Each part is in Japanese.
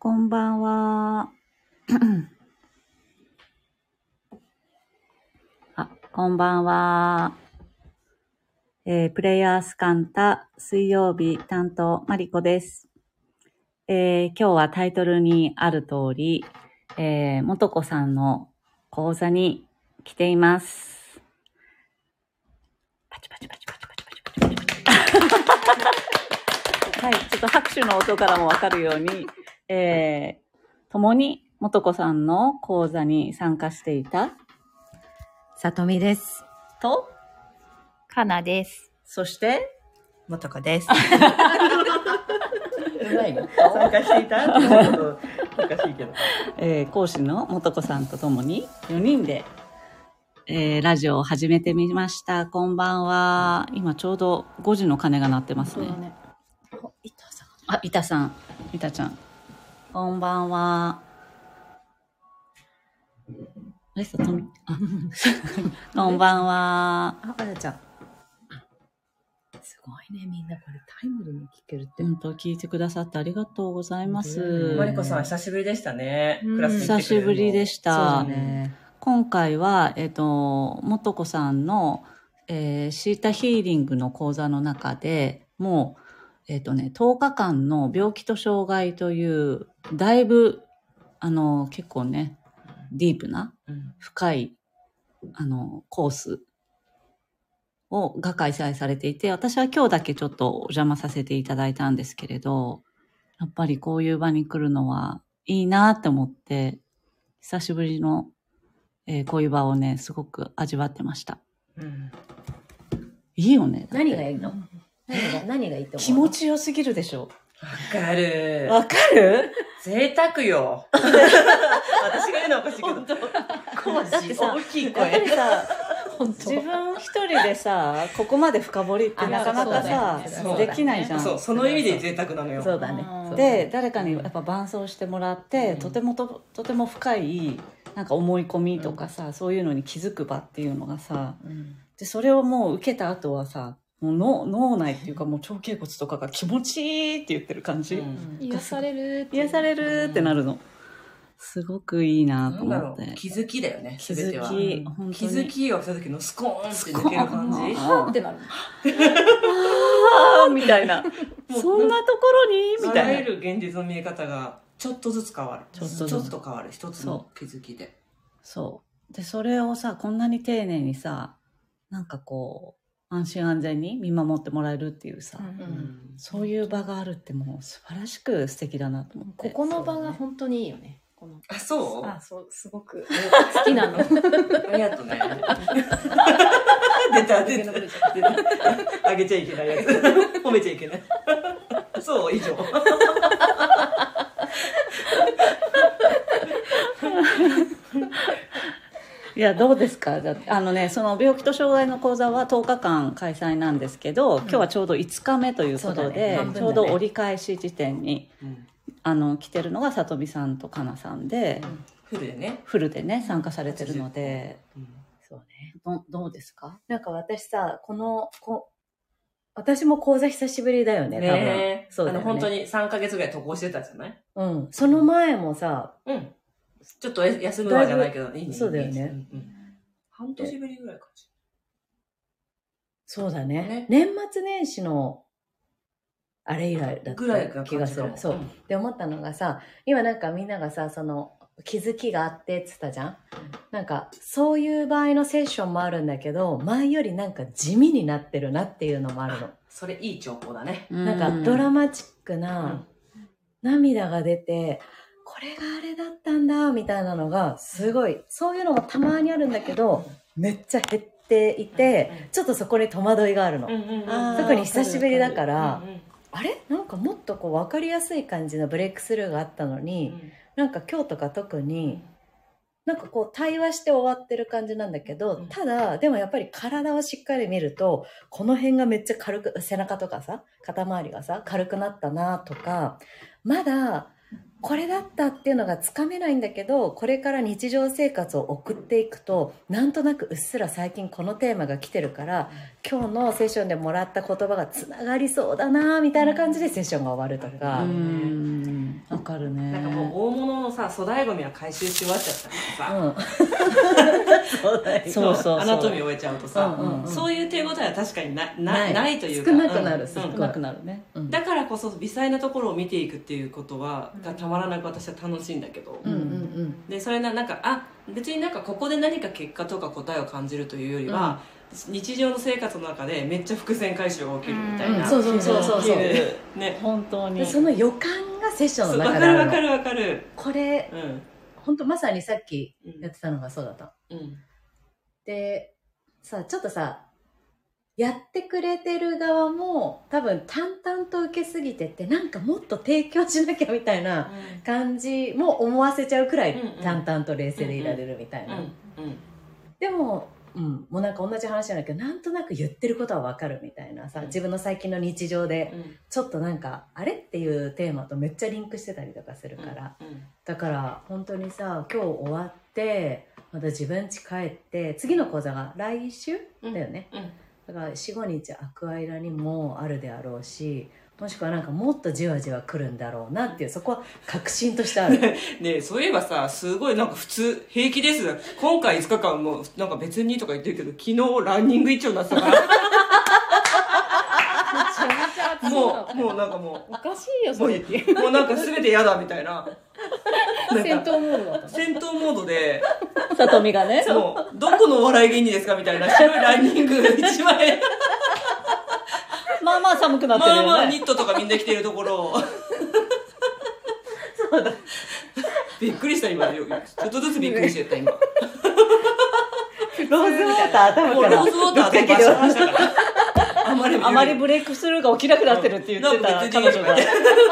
こんばんは。こんばんは。プレイヤースカンタ水曜日担当マリコです。今日はタイトルにある通り、もとこさんの講座に来ています。パチパチパチパチパチパチパチパチパチ。はい、ちょっと拍手の音からもわかるように、共にもとこさんの講座に参加していたさとみです。 と、 かなです。 そして、 もとこです。 うまいの参加していたって思うとおかしいけど。 講師のもとこさんとともに4人で、ラジオを始めてみました。こんばんは。今ちょうど5時の鐘が鳴ってますね。 そうだね。 いたさん。いたちゃん。こんばんは。さとみ。こんばんは。 あらちゃん。すごいね、みんなこれタイムリーに聞けるって。 本当聞いてくださってありがとうございます。 マリコさん久しぶりでしたね。クラスに来てくれるの。 久しぶりでした。 そうだね。 今回は、もとこさんの、シータヒーリングの講座の中でもう、10日間の病気と障害という、だいぶ、結構ね、ディープな、深い、コースが開催されていて、私は今日だけちょっとお邪魔させていただいたんですけれど、やっぱりこういう場に来るのはいいなって思って、久しぶりの、こういう場をね、すごく味わってました。いいよね。 何がいいの？何がいいと思う？ 気持ちよすぎるでしょ。 わかる。 わかる？ 贅沢よ。私が言うのはおかしいけど。 だってさ、 大きいやっぱり声。 さ、自分一人でさ、ここまで深掘りってなかなかさ、 そうできないじゃん。 そう、その意味で贅沢なのよ。 そうだね。 で、誰かにやっぱ伴走してもらって、とても深い、なんか思い込みとかさ、そういうのに気づく場っていうのがさ、で、それをもう受けた後はさ、もう脳内っていうかもう腸脛骨とかが気持ちいいって言ってる感じ。 癒される癒されるってなるの。すごくいいなと思って。 気づきだよね。 気づき、 本当に。気づきをした時のスコーンって抜ける感じ。 はーってなる。 あーみたいな。そんなところにみたいな。 あらゆる現実の見え方がちょっとずつ変わる。ちょっと変わる。一つの気づきで。 そう。で、それをさ、こんなに丁寧にさ、なんかこう、安心安全に見守ってもらえるっていうさ、そういう場があるってもう素晴らしく素敵だなと思って。 ここの場が本当にいいよね。 あ、そう？ そう、すごく好きなの。 ありがとうね。出た。あげちゃいけないやつ。褒めちゃいけない。そう、以上。 いや、どうですか？その病気と障害の講座は10日間開催なんですけど、今日はちょうど5日目ということで、ちょうど折り返し時点に、来てるのがさとみさんとかなさんで、フルでね、参加されてるので、 そうね。 どうですか？ なんか私さ、私も講座久しぶりだよね、多分。 そうだね。本当に3ヶ月ぐらい渡航してたじゃない？ その前もさ、 ちょっと休むわじゃないけど、いいね。 そうだよね。 半年ぶりぐらいかもしれない。 そうだね。年末年始の、あれ以来だった気がする。そう。で思ったのがさ、今なんかみんながさ、その、気づきがあってって言ったじゃん。なんか、そういう場合のセッションもあるんだけど、前よりなんか地味になってるなっていうのもあるの。 それいい兆候だね。 なんかドラマチックな涙が出て、これがあれだったんだ、みたいなのが、すごい、そういうのもたまにあるんだけど、めっちゃ減っていて、ちょっとそこに戸惑いがあるの。特に久しぶりだから、あれなんかもっとこう分かりやすい感じのブレイクスルーがあったのに、なんか今日とか特に、なんかこう対話して終わってる感じなんだけど、ただ、でもやっぱり体をしっかり見ると、この辺がめっちゃ背中とかさ、肩周りがさ、軽くなったなとか、まだ、 これだったっていうのがつかめないんだけど、これから日常生活を送っていくと、なんとなくうっすら最近このテーマが来てるから、今日のセッションでもらった言葉がつながりそうだなみたいな感じでセッションが終わるとか。 わかるね。 なんかもう大物のさ粗大ゴミは回収し終わっちゃったからさ、 そうだよ。 そうアナトミー終えちゃうとさ、そういう手応えは確かにないというか、 少なくなる、 少なくなるね。 だからこそ微細なところを見ていくっていうことがたまらなく私は楽しいんだけど、でそれなんか別になんかここで何か結果とか答えを感じるというよりは、日常の生活の中でめっちゃ伏線回収が起きるみたいな、 そうね、本当にその予感がセッションの中であるの。 わかる。 これ、本当まさにさっきやってたのがそうだった。でさ、ちょっとさ、やってくれてる側も多分淡々と受けすぎてて、なんかもっと提供しなきゃみたいな感じも思わせちゃうくらい淡々と冷静でいられるみたいな。でももうなんか同じ話なんだけど、なんとなく言ってることはわかるみたいなさ、自分の最近の日常でちょっとなんかあれっていうテーマとめっちゃリンクしてたりとかするから、だから本当にさ、今日終わってまた自分家帰って、次の講座が来週だよね。だから 4,5 日空く間にもあるであろうし、もしくはなんかもっとじわじわ来るんだろうなっていう、そこは確信としてある。 ねえ、そういえばさ、すごいなんか普通平気です、今回5日間もなんか別にとか言ってるけど、昨日ランニング一丁になってたからもうなんかもうおかしいよそれってもうなんか全て嫌だみたいな戦闘モードだった戦闘モードで、 さとみがね、 もうどこのお笑い芸人ですかみたいな白いランニング1枚まあまあ寒くなってるよね。 まあまあニットとかみんな着てるところをそうだ。 びっくりした今、ちょっとずつびっくりしてた今。 ローズウォーター頭からもうローズウォーターでバシャバシャからあまりブレイクスルーが起きなくなってるって言ってた彼女が。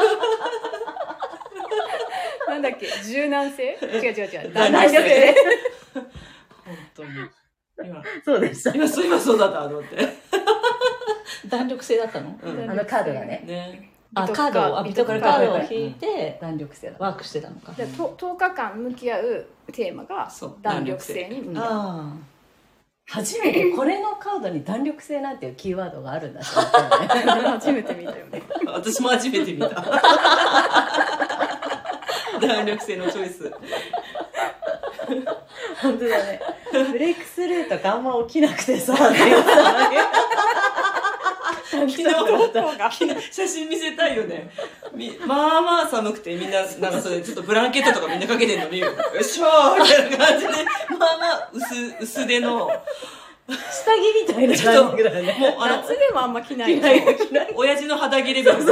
なんだっけ、柔軟性違う。 弾力性。 本当に。 そうでした。 今そうだったと思って。 弾力性だったの？ あのカードがね。 ね。 カードを、ビトカードを引いて、 弾力性だ。 ワークしてたのか。 で10日間向き合うテーマが弾力性に向き合う。 あ初めてこれのカードに弾力性なんていうキーワードがあるんだって思ったよね。 初めて見たよね。 私も初めて見た。弾力性のチョイス。 本当だね。ブレイクスルーとかあんま起きなくてさ、って言ってたのに。 昨日写真見せたいよね。まあまあ寒くて、みんななんかそれちょっとブランケットとかみんなかけてんのに、よいしょーみたいな感じで、まあまあ薄手の下着みたいな感じだよね。 もう夏でもあんま着ないよ。 親父の肌着レベル。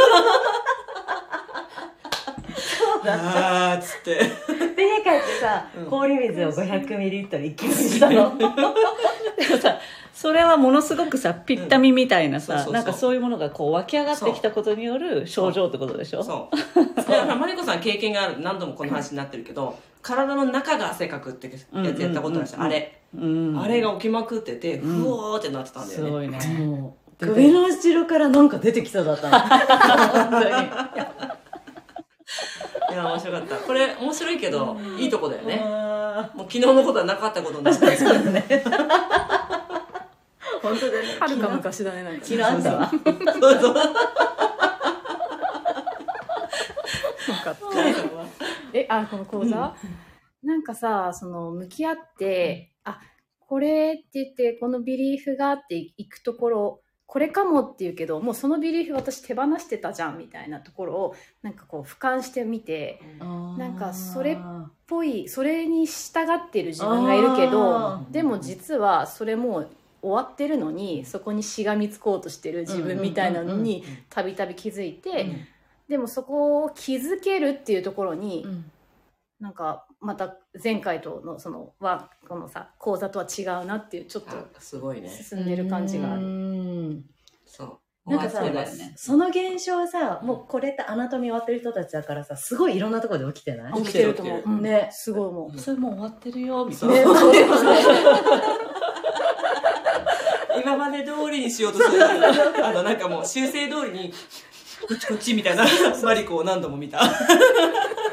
あーっつって。 で家帰ってさ、氷水を500ミリリットル一気にしたの。 でもさ、それはものすごくさ、ぴったみみたいなさ、なんかそういうものがこう湧き上がってきたことによる症状ってことでしょ？ そう。だからマリコさん経験がある、何度もこの話になってるけど、体の中が汗かくってやつやったことあるし、あれが起きまくってて、ふおーってなってたんだよね。 すごいね。 もう首の後ろからなんか出てきそうだったの。本当に。 いや面白かった。これ面白いけどいいとこだよね。もう昨日のことはなかったことになってる。 そうだね。本当だね。 はるか昔だね、なんか。 昨日あったわ。 そうそう。 よかった。この講座、なんかさ、その向き合って、これって言ってこのビリーフがあっていくところ、これかもって言うけど、もうそのビリーフ私手放してたじゃんみたいなところをなんかこう俯瞰してみて、なんかそれっぽい、それに従ってる自分がいるけど、でも実はそれもう終わってるのに、そこにしがみつこうとしてる自分みたいなのにたびたび気づいて、でもそこを気づけるっていうところに、なんかまた前回とのそのこのさ講座とは違うなっていう、ちょっとすごいね。 進んでる感じがある。 そう。 なんかさ、その現象はさ、もうこれってアナトミー終わってる人たちだからさ、すごいいろんなところで起きてない？ 起きてると思う。 ね、 すごいもう。 それもう終わってるよみたいな。 今まで通りにしようとする。なんかもう修正通りにこっちみたいなマリコを何度も見た。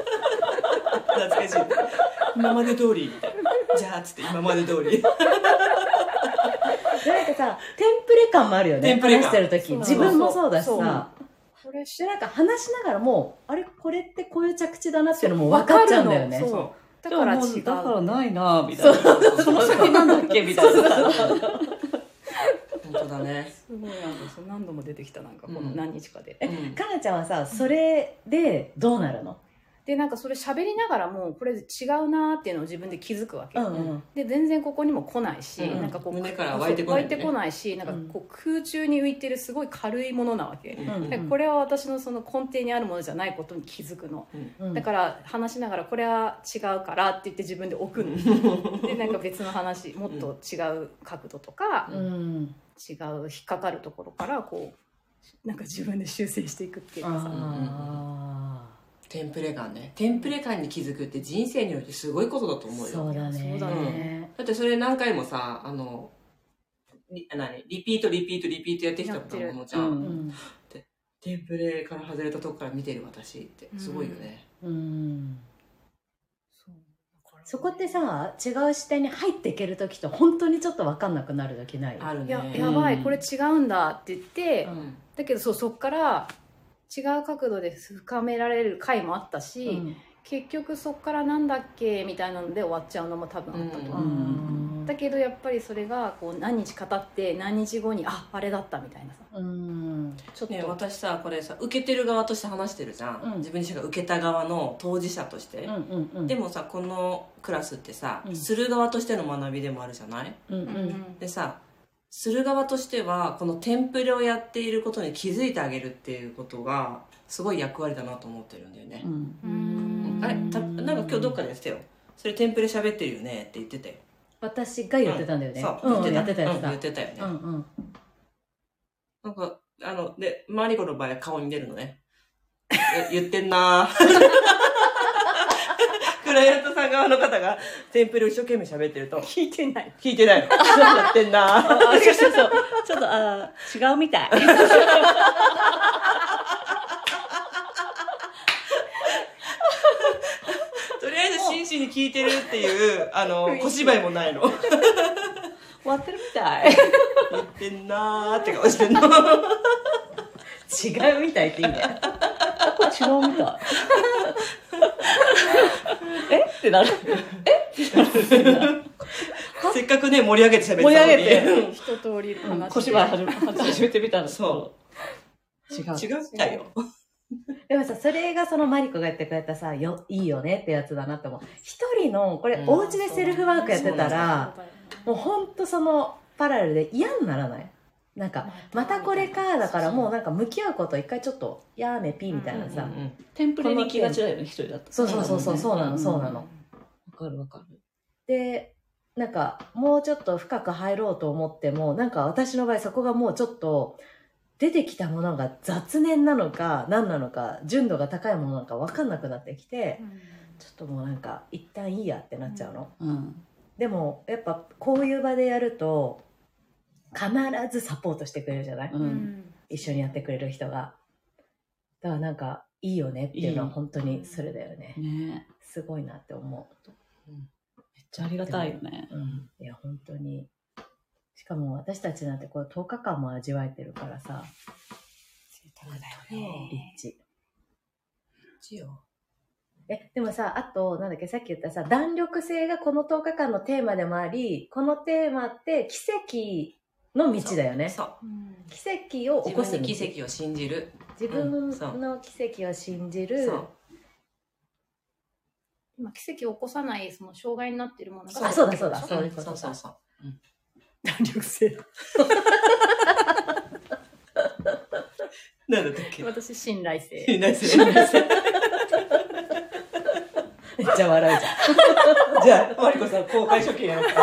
懐かしい。今まで通りみたいな。じゃあつって今まで通り。 なんかさ、テンプレ感もあるよね。 テンプレ感話してる時そう自分もそうだしそうさ。 これで、なんか話しながらもう、あれこれってこういう着地だなっていうのも分かっちゃうんだよね。 そうだから違う。 だからないなぁみたいな。その先なんだっけみたいな。 本当だね。 すごいなんですよ。何度も出てきた、なんかこの何日かで。 うんかなちゃんはさ、それでどうなるの？ で、なんかそれ喋りながらも、これ違うなーっていうのを自分で気づくわけ。 ん。 で、全然ここにも来ないし、 うんなんかこう、 胸から湧いてこないね湧いてこないし、なんかこう空中に浮いてるすごい軽いものなわけ。 うんでこれは私のその根底にあるものじゃないことに気づくの。 うんだから話しながらこれは違うからって言って自分で置くの。で、なんか別の話、もっと違う角度とか、 うん。 違う引っかかるところからこう、なんか自分で修正していくっていうかさ。 テンプレ感ね。テンプレ感に気づくって人生においてすごいことだと思うよ。 そうだね。 そうだね。 だってそれ何回もさ、リピートやってきたものじゃ。 うんん。 テンプレから外れたとこから見てる私ってすごいよね。 うん。そこってさ、違う視点に入っていける時と本当にちょっと分かんなくなる時ない？ あるね。 やばい、これ違うんだって言って、 うんだけどそっから違う角度で深められる回もあったし、 うん結局そっからなんだっけみたいなので終わっちゃうのも多分あったと思う、 うんだけどやっぱりそれがこう何日か経って何日後にあれだったみたいなさ、 うん。 ちょっと、 ね、私さこれさ受けてる側として話してるじゃん、 うん自分自身が受けた側の当事者として、でもさこのクラスってさ、 うんする側としての学びでもあるじゃない。 うんうんでさする側としてはこのテンプレをやっていることに気づいてあげるっていうことがすごい役割だなと思ってるんだよね、あれなんか今日どっかでやってたよ、それテンプレ喋ってるよねって言ってたよ。 私が言ってたんだよね。 そう、 やってたやってた。 言ってたよね、 うんうん。 なんかでマリコの場合は顔に出るのね言ってんなークライアントさん側の方がテンプレを一生懸命喋ってると聞いてない聞いてないのやってんなーそうちょっと違うみたい。 とりあえず真摯に聞いてるっていう小芝居もないの終わってるみたい。 言ってんなーって顔してんの違うみたいっていいね。 これ違うみたい。えってなる。 せっかくね盛り上げて喋ってたのに盛り上げて一通り話小芝居始めてみたらそう違う。 違ったよ。 でもさ、それがそのマリコが言ってくれたさ、いいよねってやつだなって思う。一人の、これ、お家でセルフワークやってたら、もうほんとそのパラレルで嫌にならない？なんか、またこれか、だからもうなんか向き合うこと一回ちょっと、やめぴみたいなさ。 テンプレに行きがちだよね、一人だと。 そうそうそうそう、そうなの、そうなの。 わかるわかる。 で、なんか、もうちょっと深く入ろうと思っても、なんか私の場合そこがもうちょっと、出てきたものが雑念なのか何なのか純度が高いものなのか分かんなくなってきて、ちょっともうなんか一旦いいやってなっちゃうの、でもやっぱこういう場でやると必ずサポートしてくれるじゃない、一緒にやってくれる人が。だからなんかいいよねっていうのは本当にそれだよね。 ね、 すごいなって思う、 めっちゃありがたいよね。 いや本当に。しかも私たちなんてこう10日間も味わえてるからさ。リッチ。でもさ、あと、なんだっけ、さっき言ったさ、弾力性がこの10日間のテーマでもあり、このテーマって奇跡の道だよね。 そう。 奇跡を起こす道。 自分に奇跡を信じる。 自分の奇跡を信じる。 今奇跡を起こさないその障害になっているものが、 そうだそうだ、そういうことだ。 そうそう弾力性。 なんだったっけ。 私信頼性。 信頼性。 めっちゃ笑うじゃん。じゃあマリコさん公開処刑やるか。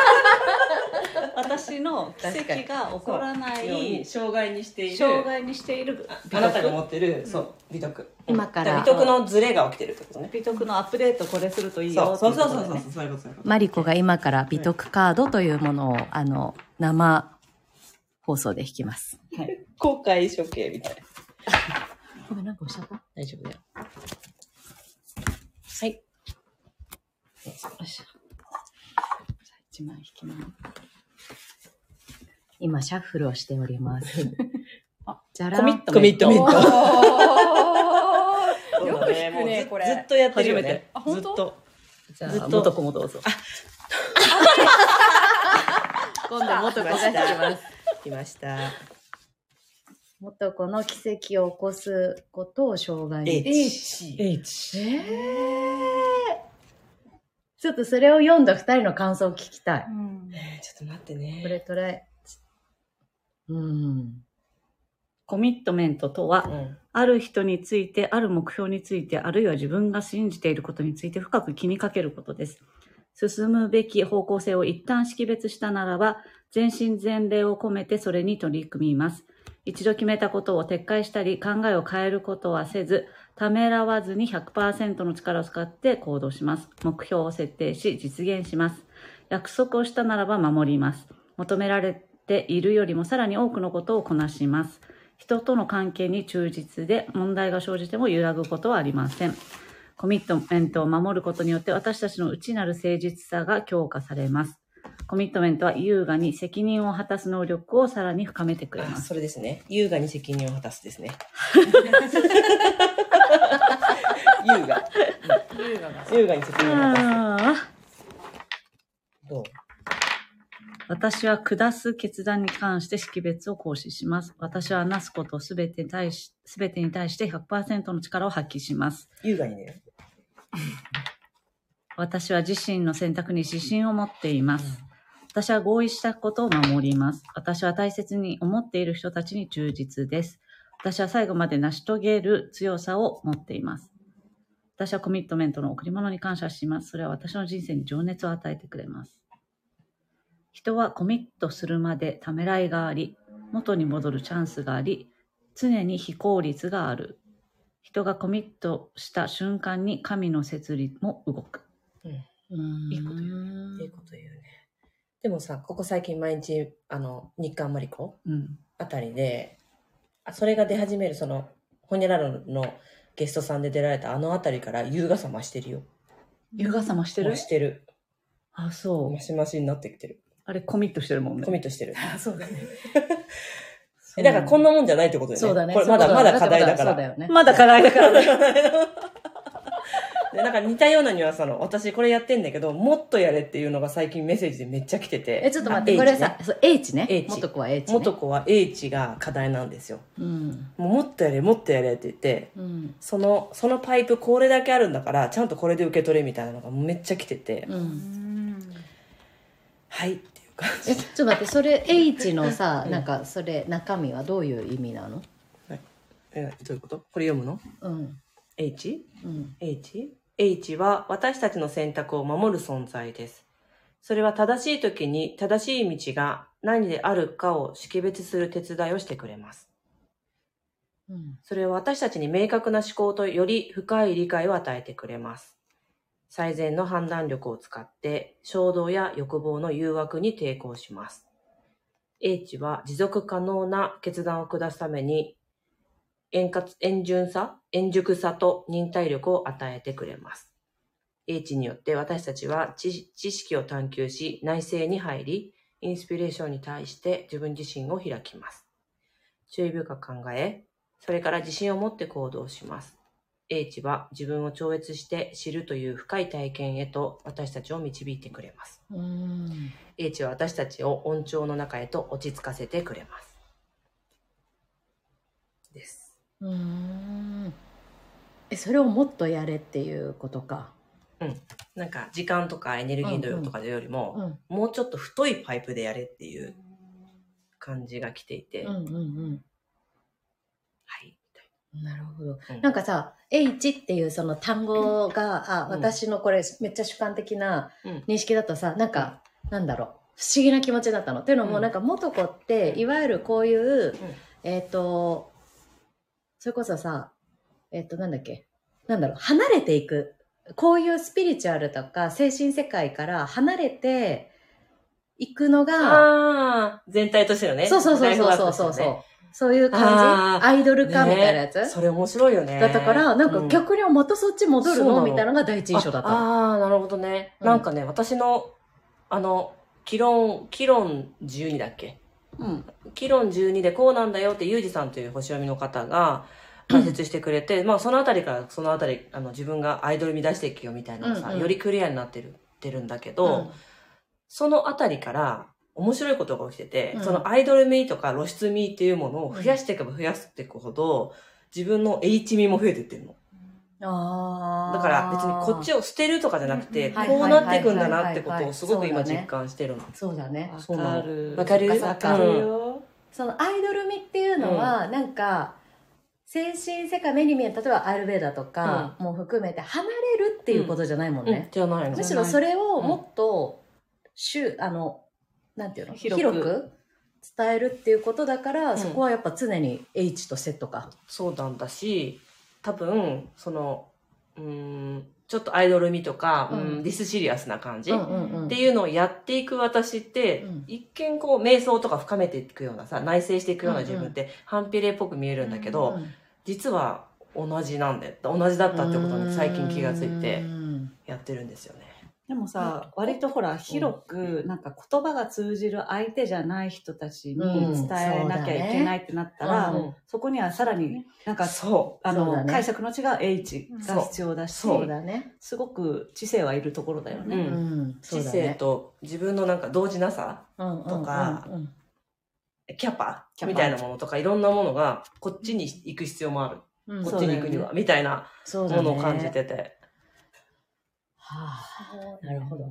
私の奇跡が起こらない障害にしているあなたが持ってるそう美徳。 今から美徳のズレが起きてるってことね。 美徳のアップデートこれするといいよ。 そうそういうこと。 マリコが今から美徳カードというものを生放送で弾きます。 はい。公開処刑みたいな。 ごめん、なんかおっしゃった？ 大丈夫だよ。 はい。 よいしょ。1枚引きます。 今、シャッフルをしております。 あ、 じゃらコミットコミットメント。 よく聞くね、これ。 ずっとやってるよ初めてね。 あ本当ずっと。 じゃあ、 ずっと元子もどうぞ。 今度、元子が引きます。 来ました。 元子の奇跡を起こすことを障害に。 H。 ちょっとそれを読んだ2人の感想を聞きたい。 うんちょっと待ってね。 これトライ。 コミットメントとは、ある人について、ある目標について、あるいは自分が信じていることについて深く気にかけることです。進むべき方向性を一旦識別したならば、全身全霊を込めてそれに取り組みます。一度決めたことを撤回したり、考えを変えることはせず、ためらわずに 100% の力を使って行動します。目標を設定し、実現します。約束をしたならば守ります。求められているよりもさらに多くのことをこなします。人との関係に忠実で問題が生じても揺らぐことはありません。コミットメントを守ることによって私たちの内なる誠実さが強化されます。コミットメントは優雅に責任を果たす能力をさらに深めてくれまあ、 す。 それですね。優雅に責任を果たすですね。優雅。優雅に責任を果たす。どう？ 私は下す決断に関して識別を行使します。私はなすことすべてに対して 100% の力を発揮します。 優雅にね。 私は自身の選択に自信を持っています。私は合意したことを守ります。私は大切に思っている人たちに忠実です。私は最後まで成し遂げる強さを持っています。私はコミットメントの贈り物に感謝します。それは私の人生に情熱を与えてくれます。人はコミットするまでためらいがあり、元に戻るチャンスがあり、常に非効率がある。人がコミットした瞬間に神の摂理も動く。いいこと言う。 いいこと言うね。でもさ、ここ最近毎日、日刊マリコあたりで、それが出始める、ホニャララのゲストさんで出られたあのあたりから優雅さ増してるよ。 優雅さ増してる？ 増してる。 あ、そう。 増し増しになってきてる。 あれコミットしてるもんね。 コミットしてる。 そうだね。 だからこんなもんじゃないってことだよね。 そうだね。 これまだ課題だから。 そうだよね。 まだ課題だからね。 でなんか似たようなニュアンス私これやってんだけど、もっとやれっていうのが最近メッセージでめっちゃ来てて。 ちょっと待って、これさ、H ね。 H。 元子は H ね。 元子は H が課題なんですよ。もっとやれ、もっとやれって言って、そのパイプこれだけあるんだから、ちゃんとこれで受け取れみたいなのがめっちゃ来てて。はいっていう感じ。 ちょっと待って、それ H のさ、なんかそれ中身はどういう意味なの？ どういうこと？これ読むの？H？H は私たちの選択を守る存在です。それは正しい時に正しい道が何であるかを識別する手伝いをしてくれます。それは私たちに明確な思考とより深い理解を与えてくれます。最善の判断力を使って衝動や欲望の誘惑に抵抗します。H は持続可能な決断を下すために円熟さと忍耐力を与えてくれます。H によって私たちは知識を探求し、内省に入り、インスピレーションに対して自分自身を開きます。注意深く考え、それから自信を持って行動します。H は自分を超越して知るという深い体験へと私たちを導いてくれます。H は私たちを恩寵の中へと落ち着かせてくれます。です。 それをもっとやれっていうことか。 なんか時間とかエネルギー量とかよりも、もうちょっと太いパイプでやれっていう感じが来ていて、はい。 なるほど。なんかさ、H っていうその単語が、私のこれめっちゃ主観的な認識だとさ、なんか、なんだろう、不思議な気持ちだったの。っていうのも、なんか元子って、いわゆるこういう、それこそさ、なんだっけ、なんだろう、離れていく。こういうスピリチュアルとか精神世界から離れていくのが、 全体としてのね。 そう。 そういう感じアイドル化みたいなやつ、 それ面白いよね。 だったから、なんか逆にまたそっち戻るのみたいなのが第一印象だった。 ああ、なるほどね。なんかね、私の、キロン12だっけ？キロン12でこうなんだよってユージさんという星読みの方が解説してくれて、まあそのあたりから自分がアイドル目指していくよみたいなのがさ、よりクリアになってるんだけど、そのあたりから面白いことが起きてて、そのアイドル味とか露出味っていうものを増やしていけば増やしていくほど、自分の H 味も増えていってるの。だから別にこっちを捨てるとかじゃなくて、こうなっていくんだなってことをすごく今実感してるの。 そうだね。 わかる。 わかるよ。そのアイドル味っていうのは、なんか、精神世界目に見える、例えばアイルベーダとかも含めて離れるっていうことじゃないもんね。 じゃないの。 むしろそれをもっと、なんていうの？広く伝えるっていうことだから、そこはやっぱ常に H とセットか。 そうなんだし、多分、ちょっとアイドル味とか、ディスシリアスな感じっていうのをやっていく私って、一見こう、瞑想とか深めていくようなさ、内省していくような自分って、反比例っぽく見えるんだけど、実は同じだったってことに最近気がついて、やってるんですよね。 でもさ、割とほら、広く、なんか言葉が通じる相手じゃない人たちに伝えなきゃいけないってなったら、そこにはさらになんか、解釈の違う H が必要だし、すごく知性はいるところだよね。 知性と自分のなんか動じなさとか、キャパみたいなものとか、いろんなものがこっちに行く必要もある。こっちに行くには、みたいなものを感じてて。 なるほど。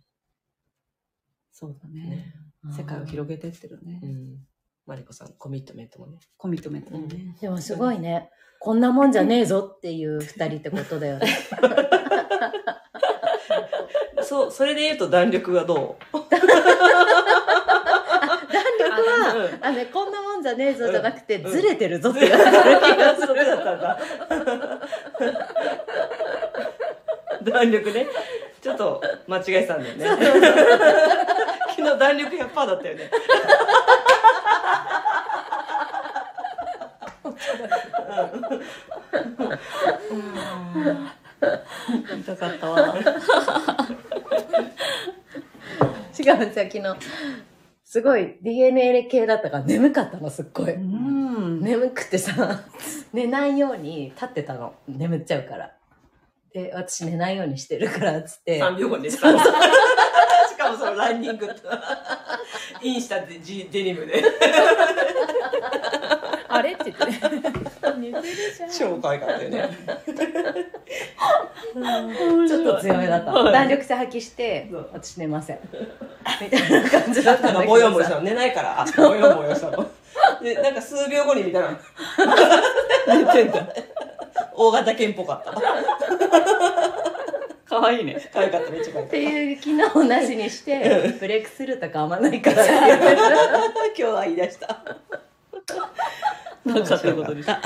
そうだね。世界を広げてってるね。 マリコさん、コミットメントもね。 コミットメントもね。 でもすごいね。こんなもんじゃねえぞっていう二人ってことだよね。 それで言うと弾力はどう？ 弾力は、こんなもんじゃねえぞじゃなくて、ずれてるぞって言われてる気がする。 だったんだ。弾力ね。ちょっと間違えてたんだよね。昨日弾力 100% だったよね。 痛かったわ。 違うんですよ、昨日。すごい DNA 系だったから眠かったの、すっごい。眠くてさ、寝ないように立ってたの。眠っちゃうから。で、私寝ないようにしてるから、つって。 3秒後に寝てた。しかもそのランニングと、インしたってデニムで。 あれって言って。寝てるじゃん。 超可愛かったよね。 ちょっと強めだった。弾力性発揮して、私寝ません。みたいな感じだったんだけど。 もよもよしたの。寝ないから、もよもよしたの。で、なんか数秒後に見たら、寝てんだ。大型犬っぽかった。 かわいいね。 可愛かった、めっちゃ可愛かった。 っていう機能なしにして、ブレイクスルーとかあんまないから。 今日は言い出した。 なかったことにした。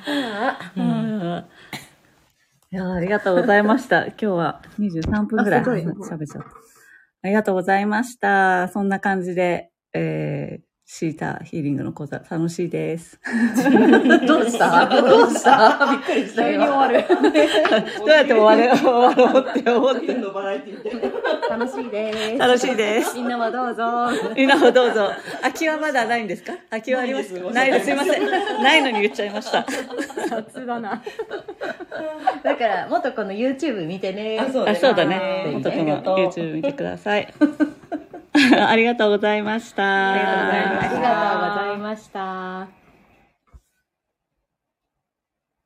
いや、ありがとうございました。今日は23分ぐらい喋っちゃった。ありがとうございました。そんな感じで、シータヒーリングの講座楽しいです。 どうしたびっくりした。 急に終わる。 どうやって終わろうって思って。 楽しいです。 楽しいです。 みんなもどうぞ。 みんなもどうぞ。空きはまだないんですか？空きはありますか？ないです。すいません。ないのに言っちゃいました。 雑だな。 だから、もっとこの YouTube 見てね。 そうだね。もっとこの YouTube 見てください。ありがとうございました。 ありがとうございました。